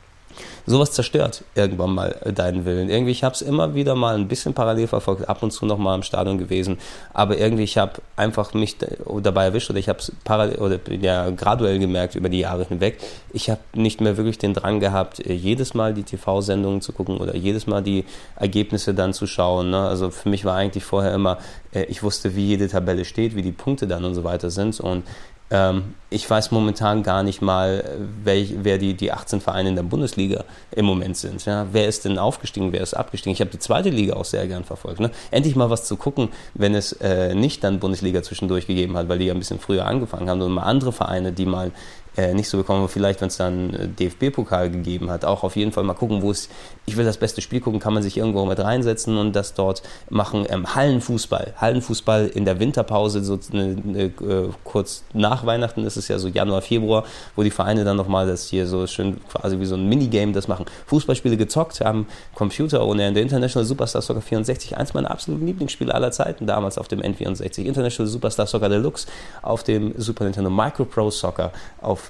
sowas zerstört irgendwann mal deinen Willen. Irgendwie, ich habe es immer wieder mal ein bisschen parallel verfolgt, ab und zu noch mal im Stadion gewesen, aber irgendwie, ich habe einfach mich dabei erwischt oder ich habe es parallel oder ja, graduell gemerkt über die Jahre hinweg. Ich habe nicht mehr wirklich den Drang gehabt, jedes Mal die T V-Sendungen zu gucken oder jedes Mal die Ergebnisse dann zu schauen. Ne? Also für mich war eigentlich vorher immer, ich wusste, wie jede Tabelle steht, wie die Punkte dann und so weiter sind, und Ähm, ich weiß momentan gar nicht mal, welch, wer die, die achtzehn Vereine in der Bundesliga im Moment sind. Ja? Wer ist denn aufgestiegen, wer ist abgestiegen? Ich habe die zweite Liga auch sehr gern verfolgt. Ne? Endlich mal was zu gucken, wenn es äh, nicht dann Bundesliga zwischendurch gegeben hat, weil die ja ein bisschen früher angefangen haben, und mal andere Vereine, die mal äh, nicht so bekommen, vielleicht wenn es dann D F B-Pokal gegeben hat, auch auf jeden Fall mal gucken, wo es, ich will das beste Spiel gucken, kann man sich irgendwo mit reinsetzen und das dort machen. Ähm, Hallenfußball, Hallenfußball in der Winterpause, so eine, eine, äh, kurz nach Weihnachten ist es ja so Januar, Februar, wo die Vereine dann nochmal das hier so schön quasi wie so ein Minigame das machen. Fußballspiele gezockt, haben Computer ohne Ende. International Superstar Soccer vierundsechzig, eins meiner absoluten Lieblingsspiele aller Zeiten, damals auf dem N vierundsechzig. International Superstar Soccer Deluxe auf dem Super Nintendo, Micro Pro Soccer auf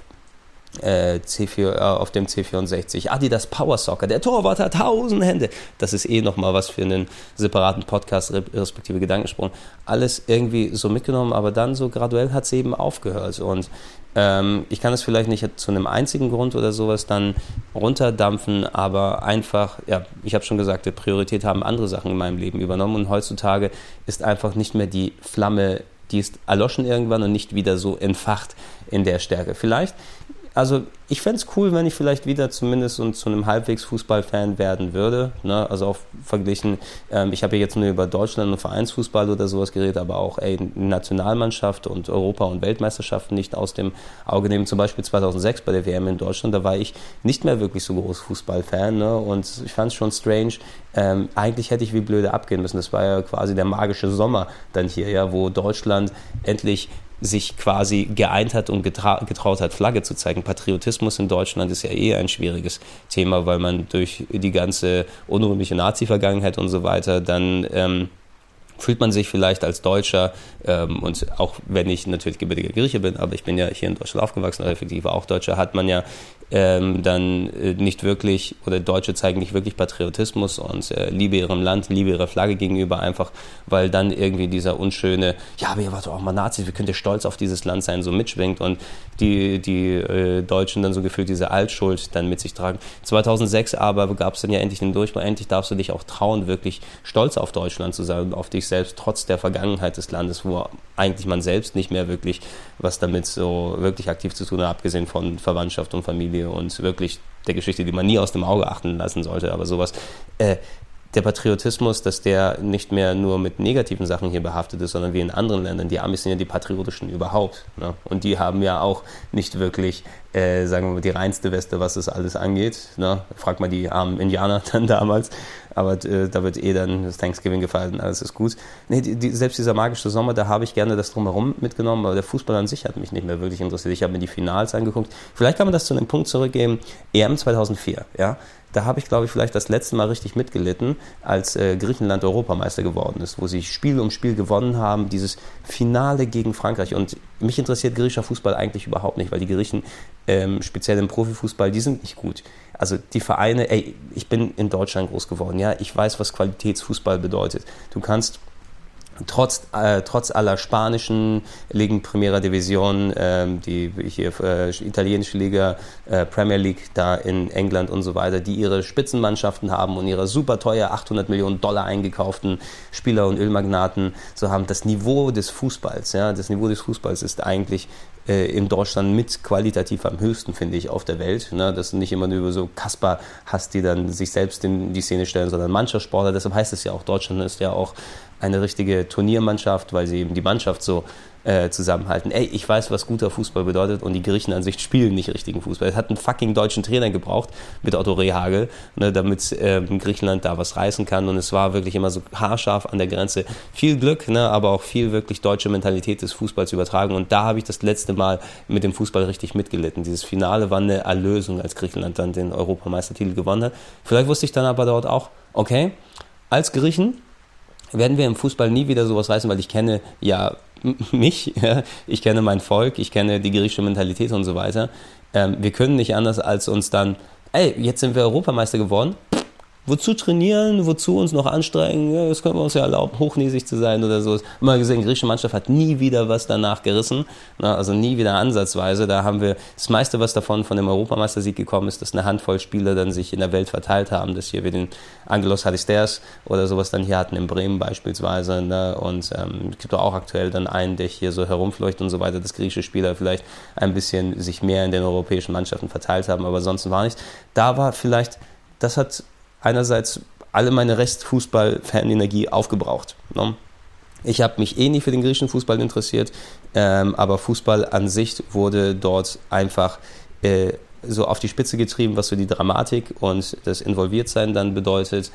Äh, C vier, äh, auf dem C vierundsechzig, Adidas Power Soccer, der Torwart hat tausend Hände. Das ist eh nochmal was für einen separaten Podcast, respektive Gedankensprung. Alles irgendwie so mitgenommen, aber dann so graduell hat es eben aufgehört. Und ähm, ich kann es vielleicht nicht zu einem einzigen Grund oder sowas dann runterdampfen, aber einfach, ja, ich habe schon gesagt, die Priorität haben andere Sachen in meinem Leben übernommen, und heutzutage ist einfach nicht mehr die Flamme, die ist erloschen irgendwann und nicht wieder so entfacht in der Stärke. Vielleicht also ich fände es cool, wenn ich vielleicht wieder zumindest so zu einem halbwegs Fußballfan werden würde. Ne? Also auch verglichen, ähm, ich habe ja jetzt nur über Deutschland und Vereinsfußball oder sowas geredet, aber auch ey, Nationalmannschaft und Europa- und Weltmeisterschaften nicht aus dem Auge nehmen. Zum Beispiel zweitausendsechs bei der W M in Deutschland, da war ich nicht mehr wirklich so groß Fußballfan. Ne? Und ich fand es schon strange. Ähm, eigentlich hätte ich wie blöde abgehen müssen. Das war ja quasi der magische Sommer dann hier, ja, wo Deutschland endlich sich quasi geeint hat und getra- getraut hat, Flagge zu zeigen. Patriotismus in Deutschland ist ja eh ein schwieriges Thema, weil man durch die ganze unrühmliche Nazi-Vergangenheit und so weiter dann ähm, fühlt man sich vielleicht als Deutscher, ähm, und auch wenn ich natürlich gebürtiger Grieche bin, aber ich bin ja hier in Deutschland aufgewachsen, effektiv auch Deutscher, hat man ja ähm, dann äh, nicht wirklich, oder Deutsche zeigen nicht wirklich Patriotismus und äh, Liebe ihrem Land, Liebe ihrer Flagge gegenüber, einfach weil dann irgendwie dieser unschöne, ja, aber ihr wart doch auch mal Nazis, wie könnt ihr stolz auf dieses Land sein, so mitschwingt und die, die äh, Deutschen dann so gefühlt diese Altschuld dann mit sich tragen. zweitausendsechs aber gab es dann ja endlich den Durchbruch, endlich darfst du dich auch trauen, wirklich stolz auf Deutschland zu sein und auf dich selbst, trotz der Vergangenheit des Landes, wo eigentlich man selbst nicht mehr wirklich was damit so wirklich aktiv zu tun hat, abgesehen von Verwandtschaft und Familie und wirklich der Geschichte, die man nie aus dem Auge achten lassen sollte, aber sowas. Äh, der Patriotismus, dass der nicht mehr nur mit negativen Sachen hier behaftet ist, sondern wie in anderen Ländern. Die Amis sind ja die patriotischen überhaupt. Ne? Und die haben ja auch nicht wirklich, äh, sagen wir mal, die reinste Weste, was das alles angeht. Ne? Frag mal die armen Indianer dann damals. Aber äh, da wird eh dann das Thanksgiving gefeiert, alles ist gut. Nee, die, die, selbst dieser magische Sommer, da habe ich gerne das Drumherum mitgenommen, aber der Fußball an sich hat mich nicht mehr wirklich interessiert. Ich habe mir die Finals angeguckt. Vielleicht kann man das zu einem Punkt zurückgeben, E M zweitausendvier, ja. Da habe ich, glaube ich, vielleicht das letzte Mal richtig mitgelitten, als äh, Griechenland Europameister geworden ist, wo sie Spiel um Spiel gewonnen haben, dieses Finale gegen Frankreich. Und mich interessiert griechischer Fußball eigentlich überhaupt nicht, weil die Griechen, ähm, speziell im Profifußball, die sind nicht gut. Also die Vereine, ey, ich bin in Deutschland groß geworden, ja, ich weiß, was Qualitätsfußball bedeutet. Du kannst Trotz, äh, trotz aller spanischen Ligen, Primera Division, ähm, die hier äh, italienische Liga, äh, Premier League da in England und so weiter, die ihre Spitzenmannschaften haben und ihre super teuer achthundert Millionen Dollar eingekauften Spieler und Ölmagnaten so haben. Das Niveau des Fußballs, ja, das Niveau des Fußballs ist eigentlich äh, in Deutschland mit qualitativ am höchsten, finde ich, auf der Welt. Ne? Das sind nicht immer nur so Kasper hast, die dann sich selbst in die Szene stellen, sondern Mannschaftssportler. Deshalb heißt es ja auch, Deutschland ist ja auch eine richtige Turniermannschaft, weil sie eben die Mannschaft so äh, zusammenhalten. Ey, ich weiß, was guter Fußball bedeutet und die Griechen an sich spielen nicht richtigen Fußball. Es hat einen fucking deutschen Trainer gebraucht mit Otto Rehhagel, ne, damit ähm, Griechenland da was reißen kann und es war wirklich immer so haarscharf an der Grenze. Viel Glück, ne, aber auch viel wirklich deutsche Mentalität des Fußballs übertragen und da habe ich das letzte Mal mit dem Fußball richtig mitgelitten. Dieses Finale war eine Erlösung, als Griechenland dann den Europameistertitel gewonnen hat. Vielleicht wusste ich dann aber dort auch, okay, als Griechen werden wir im Fußball nie wieder sowas reißen, weil ich kenne ja mich, ja, ich kenne mein Volk, ich kenne die griechische Mentalität und so weiter. Ähm, wir können nicht anders als uns dann, ey, jetzt sind wir Europameister geworden, wozu trainieren, wozu uns noch anstrengen, ja, das können wir uns ja erlauben, hochnäsig zu sein oder so. Immer gesehen, die griechische Mannschaft hat nie wieder was danach gerissen, na, also nie wieder ansatzweise. Da haben wir das meiste, was davon von dem Europameistersieg gekommen ist, dass eine Handvoll Spieler dann sich in der Welt verteilt haben, dass hier wir den Angelos Haristeas oder sowas dann hier hatten in Bremen beispielsweise, ne? Und ähm, es gibt auch aktuell dann einen, der hier so herumfleucht und so weiter, dass griechische Spieler vielleicht ein bisschen sich mehr in den europäischen Mannschaften verteilt haben, aber sonst war nichts. Da war vielleicht, das hat einerseits alle meine Rest-Fußball-Fan-Energie aufgebraucht. Ne? Ich habe mich eh nie für den griechischen Fußball interessiert, ähm, aber Fußball an sich wurde dort einfach äh, so auf die Spitze getrieben, was so die Dramatik und das Involviertsein dann bedeutet,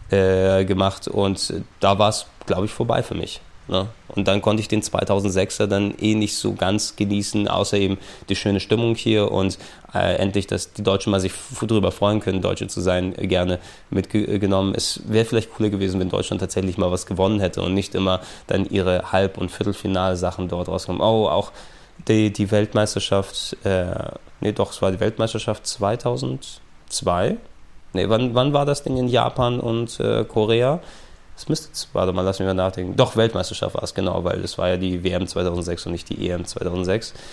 äh, gemacht und da war es, glaube ich, vorbei für mich. Ne? Und dann konnte ich den zweitausendsechser dann eh nicht so ganz genießen, außer eben die schöne Stimmung hier und äh, endlich, dass die Deutschen mal sich darüber freuen können, Deutsche zu sein, äh, gerne mitgenommen. Es wäre vielleicht cooler gewesen, wenn Deutschland tatsächlich mal was gewonnen hätte und nicht immer dann ihre Halb- und Viertelfinalsachen dort rauskommen. Oh, auch die, die Weltmeisterschaft, äh, nee doch, es war die Weltmeisterschaft zweitausendzwei. Nee, wann, wann war das Ding in Japan und äh, Korea? Das müsste, warte mal, lass mich mal nachdenken. Doch, Weltmeisterschaft war es, genau, weil es war ja die W M zweitausendsechs und nicht die E M zweitausendsechs.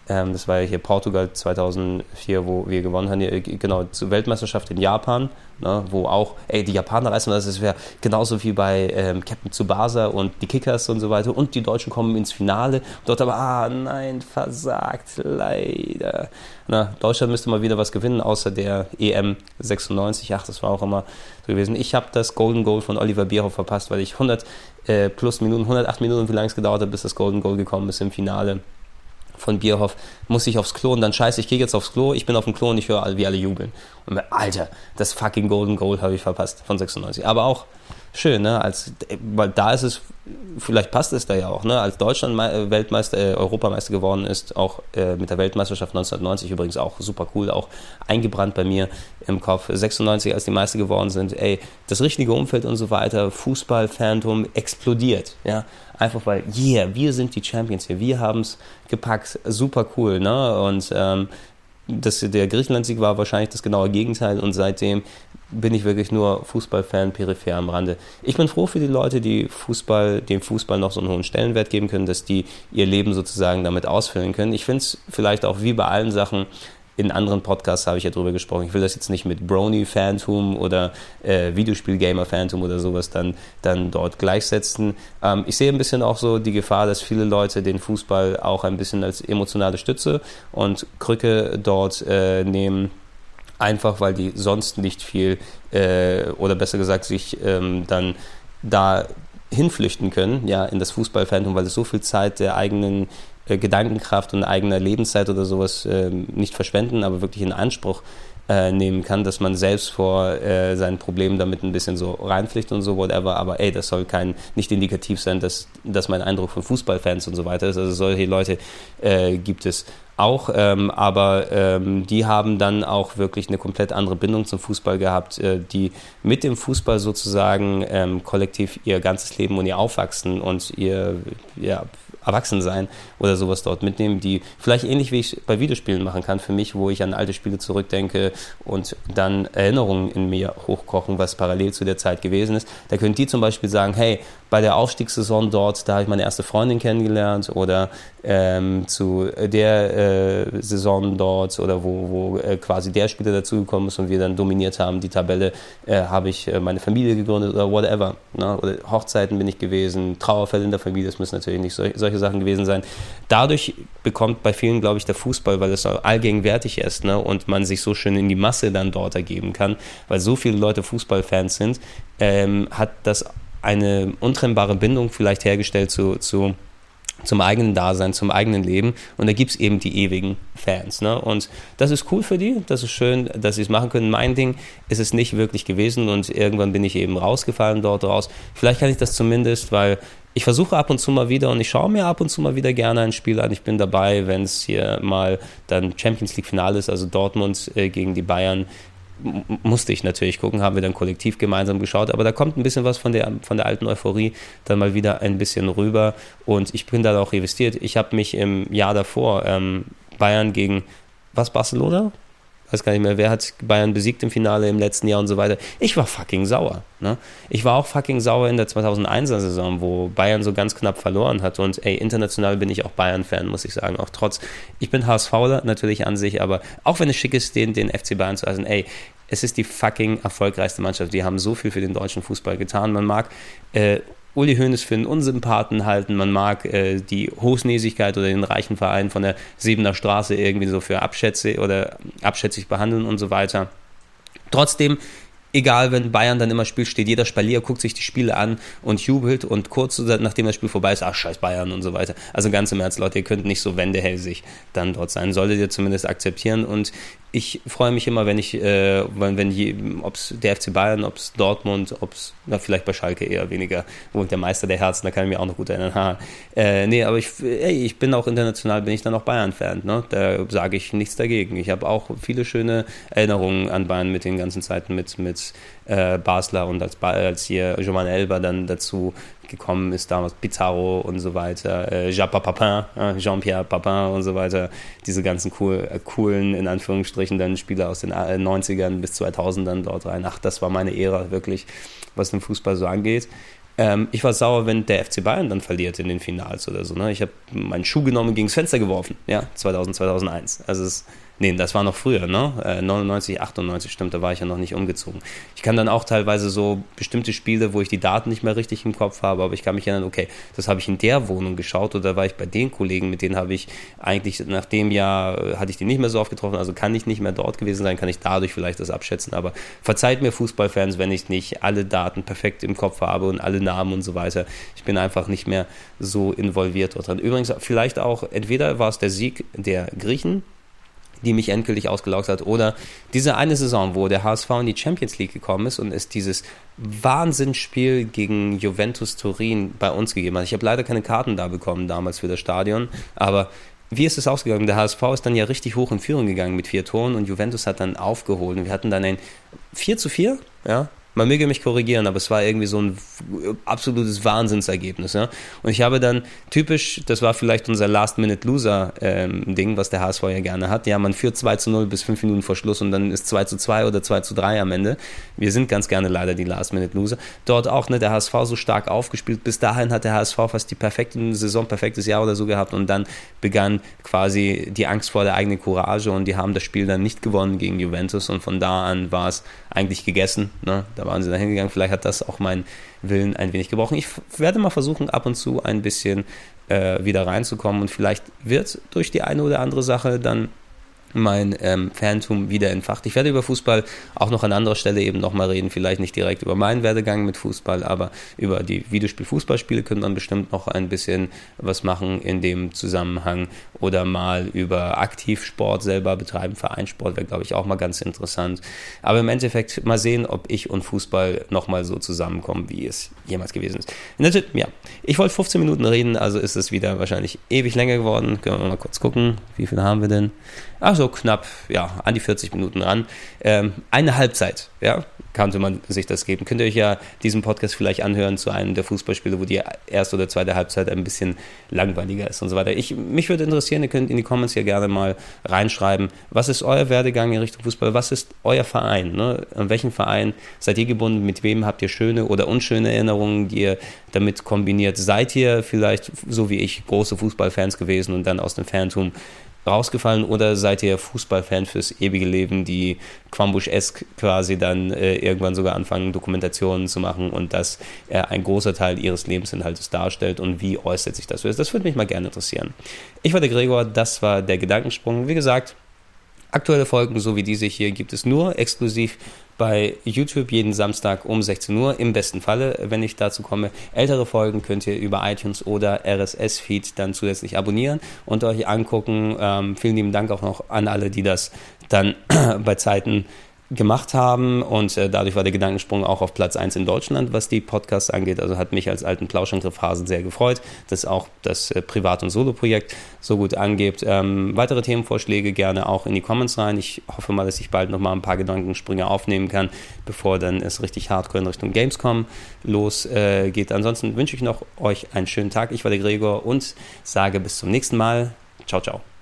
Ähm, das war ja hier Portugal zweitausendvier, wo wir gewonnen haben, hier, genau, zur Weltmeisterschaft in Japan, ne, wo auch, ey, die Japaner reißen, das wäre genauso wie bei ähm, Captain Tsubasa und die Kickers und so weiter, und die Deutschen kommen ins Finale, dort aber, ah, nein, versagt, leider. Na, Deutschland müsste mal wieder was gewinnen, außer der E M sechsundneunzig, ach, das war auch immer so gewesen. Ich habe das Golden Goal von Oliver Bierhoff verpasst, weil ich hundert äh, plus Minuten, hundertacht Minuten, wie lange es gedauert hat, bis das Golden Goal gekommen ist im Finale von Bierhoff, muss ich aufs Klo und dann scheiße, ich gehe jetzt aufs Klo, ich bin auf dem Klo und ich höre, wie alle jubeln. Und mir, Alter, das fucking Golden Goal habe ich verpasst von sechsundneunzig. Aber auch schön, ne, als, weil da ist es, vielleicht passt es da ja auch, ne, als Deutschland Weltmeister, äh, Europameister geworden ist, auch äh, mit der Weltmeisterschaft neunzehnhundertneunzig übrigens auch super cool, auch eingebrannt bei mir im Kopf, sechsundneunzig, als die Meister geworden sind, ey, das richtige Umfeld und so weiter, Fußball-Phantom explodiert, ja, einfach weil, yeah, wir sind die Champions hier, wir haben es gepackt, super cool, ne, und ähm, das, der Griechenland-Sieg war wahrscheinlich das genaue Gegenteil und seitdem bin ich wirklich nur Fußballfan, peripher am Rande. Ich bin froh für die Leute, die Fußball, dem Fußball noch so einen hohen Stellenwert geben können, dass die ihr Leben sozusagen damit ausfüllen können. Ich finde es vielleicht auch wie bei allen Sachen, in anderen Podcasts habe ich ja drüber gesprochen, ich will das jetzt nicht mit Brony-Phantom oder äh, Videospiel-Gamer-Phantom oder sowas dann, dann dort gleichsetzen. Ähm, ich sehe ein bisschen auch so die Gefahr, dass viele Leute den Fußball auch ein bisschen als emotionale Stütze und Krücke dort äh, nehmen, einfach weil die sonst nicht viel äh, oder besser gesagt sich ähm, dann da hinflüchten können, ja, in das Fußball-Phantom, weil es so viel Zeit der eigenen äh, Gedankenkraft und eigener Lebenszeit oder sowas äh, nicht verschwenden, aber wirklich in Anspruch äh, nehmen kann, dass man selbst vor äh, seinen Problemen damit ein bisschen so reinpflichtet und so, whatever, aber ey, das soll kein, nicht indikativ sein, dass, dass mein Eindruck von Fußballfans und so weiter ist, also solche Leute äh, gibt es auch, ähm, aber ähm, die haben dann auch wirklich eine komplett andere Bindung zum Fußball gehabt, äh, die mit dem Fußball sozusagen ähm, kollektiv ihr ganzes Leben und ihr Aufwachsen und ihr ja, Erwachsensein oder sowas dort mitnehmen, die vielleicht ähnlich wie ich bei Videospielen machen kann für mich, wo ich an alte Spiele zurückdenke und dann Erinnerungen in mir hochkochen, was parallel zu der Zeit gewesen ist. Da können die zum Beispiel sagen, hey, bei der Aufstiegssaison dort, da habe ich meine erste Freundin kennengelernt oder ähm, zu der äh, Saison dort oder wo, wo äh, quasi der Spieler dazugekommen ist und wir dann dominiert haben, die Tabelle, äh, habe ich äh, meine Familie gegründet oder whatever. Ne? Oder Hochzeiten bin ich gewesen, Trauerfälle in der Familie, das müssen natürlich nicht so, solche Sachen gewesen sein. Dadurch bekommt bei vielen, glaube ich, der Fußball, weil es allgegenwärtig ist, ne? Und man sich so schön in die Masse dann dort ergeben kann, weil so viele Leute Fußballfans sind, ähm, hat das eine untrennbare Bindung vielleicht hergestellt zu, zu, zum eigenen Dasein, zum eigenen Leben. Und da gibt es eben die ewigen Fans. Ne? Und das ist cool für die, das ist schön, dass sie es machen können. Mein Ding ist es nicht wirklich gewesen und irgendwann bin ich eben rausgefallen dort raus. Vielleicht kann ich das zumindest, weil ich versuche ab und zu mal wieder und ich schaue mir ab und zu mal wieder gerne ein Spiel an. Ich bin dabei, wenn es hier mal dann Champions League Finale ist, also Dortmund äh, gegen die Bayern, musste ich natürlich gucken, haben wir dann kollektiv gemeinsam geschaut, aber da kommt ein bisschen was von der, von der alten Euphorie dann mal wieder ein bisschen rüber und ich bin da auch investiert. Ich habe mich im Jahr davor ähm, Bayern gegen, was, Barcelona? Weiß gar nicht mehr, wer hat Bayern besiegt im Finale im letzten Jahr und so weiter. Ich war fucking sauer. Ne? Ich war auch fucking sauer in der zweitausendeiner Saison, wo Bayern so ganz knapp verloren hat und ey, international bin ich auch Bayern-Fan, muss ich sagen, auch trotz, ich bin HSVler natürlich an sich, aber auch wenn es schick ist, den, den F C Bayern zu heißen, ey, es ist die fucking erfolgreichste Mannschaft, die haben so viel für den deutschen Fußball getan, man mag äh, Uli Hoeneß für einen Unsympathen halten, man mag äh, die Hochnäsigkeit oder den reichen Verein von der Siebener Straße irgendwie so für abschätzig oder abschätzig behandeln und so weiter. Trotzdem, egal, wenn Bayern dann immer spielt, steht jeder Spalier, guckt sich die Spiele an und jubelt und kurz nachdem das Spiel vorbei ist, ach, scheiß Bayern und so weiter. Also ganz im Ernst, Leute, ihr könnt nicht so wendehälsig dann dort sein. Solltet ihr zumindest akzeptieren und ich freue mich immer, wenn ich, äh, wenn, wenn ob es der F C Bayern, ob es Dortmund, ob es, na vielleicht bei Schalke eher weniger, wo der Meister der Herzen, da kann ich mich auch noch gut erinnern. Ha. Äh, nee, aber ich, ey, ich bin auch international, bin ich dann auch Bayern-Fan, ne? Da sage ich nichts dagegen. Ich habe auch viele schöne Erinnerungen an Bayern mit den ganzen Zeiten mit, mit äh, Basler und als, als hier Jovan Elber dann dazu gekommen ist, damals Pizarro und so weiter, äh, Jacques Papin, äh, Jean-Pierre Papin und so weiter, diese ganzen cool, äh, coolen, in Anführungsstrichen, dann Spieler aus den neunzigern bis zweitausendern dort rein. Ach, das war meine Ära wirklich, was den Fußball so angeht. Ähm, ich war sauer, wenn der F C Bayern dann verliert in den Finals oder so. Ne? Ich habe meinen Schuh genommen und gegen das Fenster geworfen, ja, zweitausend, zweitausendeins. Also es Nee, das war noch früher, ne? Äh, neunundneunzig, achtundneunzig, stimmt, da war ich ja noch nicht umgezogen. Ich kann dann auch teilweise so bestimmte Spiele, wo ich die Daten nicht mehr richtig im Kopf habe, aber ich kann mich erinnern, okay, das habe ich in der Wohnung geschaut oder war ich bei den Kollegen, mit denen habe ich eigentlich nach dem Jahr, äh, hatte ich die nicht mehr so oft getroffen, also kann ich nicht mehr dort gewesen sein, kann ich dadurch vielleicht das abschätzen, aber verzeiht mir Fußballfans, wenn ich nicht alle Daten perfekt im Kopf habe und alle Namen und so weiter. Ich bin einfach nicht mehr so involviert dort dran. Übrigens, vielleicht auch, entweder war es der Sieg der Griechen, die mich endgültig ausgelaugt hat, oder diese eine Saison, wo der H S V in die Champions League gekommen ist und es dieses Wahnsinnsspiel gegen Juventus Turin bei uns gegeben hat. Ich habe leider keine Karten da bekommen damals für das Stadion, aber wie ist es ausgegangen? Der H S V ist dann ja richtig hoch in Führung gegangen mit vier Toren und Juventus hat dann aufgeholt und wir hatten dann ein vier zu vier, ja, man möge mich korrigieren, aber es war irgendwie so ein absolutes Wahnsinnsergebnis. Ja? Und ich habe dann typisch, das war vielleicht unser Last-Minute-Loser-Ding, ähm, was der H S V ja gerne hat. Ja, man führt zwei zu null bis fünf Minuten vor Schluss und dann ist zwei zu zwei oder zwei zu drei am Ende. Wir sind ganz gerne leider die Last-Minute-Loser. Dort auch, ne, der H S V so stark aufgespielt. Bis dahin hat der H S V fast die perfekte Saison, perfektes Jahr oder so gehabt und dann begann quasi die Angst vor der eigenen Courage und die haben das Spiel dann nicht gewonnen gegen Juventus und von da an war es eigentlich gegessen. Ne? Da waren sie da hingegangen. Vielleicht hat das auch meinen Willen ein wenig gebrochen. Ich werde mal versuchen, ab und zu ein bisschen äh, wieder reinzukommen und vielleicht wird durch die eine oder andere Sache dann mein ähm, Fantum wieder entfacht. Ich werde über Fußball auch noch an anderer Stelle eben nochmal reden, vielleicht nicht direkt über meinen Werdegang mit Fußball, aber über die Videospiel-Fußballspiele könnte man bestimmt noch ein bisschen was machen in dem Zusammenhang oder mal über Aktivsport selber betreiben, Vereinssport wäre, glaube ich, auch mal ganz interessant. Aber im Endeffekt mal sehen, ob ich und Fußball nochmal so zusammenkommen, wie es jemals gewesen ist. Ja, ich wollte fünfzehn Minuten reden, also ist es wieder wahrscheinlich ewig länger geworden. Können wir mal kurz gucken, wie viel haben wir denn? Ach so, knapp, ja, an die vierzig Minuten ran. Ähm, eine Halbzeit, ja, könnte man sich das geben. Könnt ihr euch ja diesen Podcast vielleicht anhören zu einem der Fußballspiele, wo die erste oder zweite Halbzeit ein bisschen langweiliger ist und so weiter. Ich, mich würde interessieren, ihr könnt in die Comments ja gerne mal reinschreiben, was ist euer Werdegang in Richtung Fußball, was ist euer Verein, ne? An welchen Verein seid ihr gebunden, mit wem habt ihr schöne oder unschöne Erinnerungen, die ihr damit kombiniert? Seid ihr vielleicht, so wie ich, große Fußballfans gewesen und dann aus dem Fantum rausgefallen oder seid ihr Fußballfan fürs ewige Leben, die Quambusch-esk quasi dann äh, irgendwann sogar anfangen, Dokumentationen zu machen und das äh, ein großer Teil ihres Lebensinhaltes darstellt und wie äußert sich das? Das würde mich mal gerne interessieren. Ich war der Gregor, das war der Gedankensprung. Wie gesagt, aktuelle Folgen, so wie diese hier, gibt es nur exklusiv bei YouTube jeden Samstag um sechzehn Uhr, im besten Falle, wenn ich dazu komme. Ältere Folgen könnt ihr über iTunes oder R S S-Feed dann zusätzlich abonnieren und euch angucken. Ähm, vielen lieben Dank auch noch an alle, die das dann bei Zeiten gemacht haben und äh, dadurch war der Gedankensprung auch auf Platz eins in Deutschland, was die Podcasts angeht, also hat mich als alten Plauschangriffhasen sehr gefreut, dass auch das äh, Privat- und Solo-Projekt so gut angeht. Ähm, weitere Themenvorschläge gerne auch in die Comments rein. Ich hoffe mal, dass ich bald nochmal ein paar Gedankensprünge aufnehmen kann, bevor dann es richtig hardcore in Richtung Gamescom losgeht. Äh, geht. Ansonsten wünsche ich noch euch einen schönen Tag. Ich war der Gregor und sage bis zum nächsten Mal. Ciao, ciao.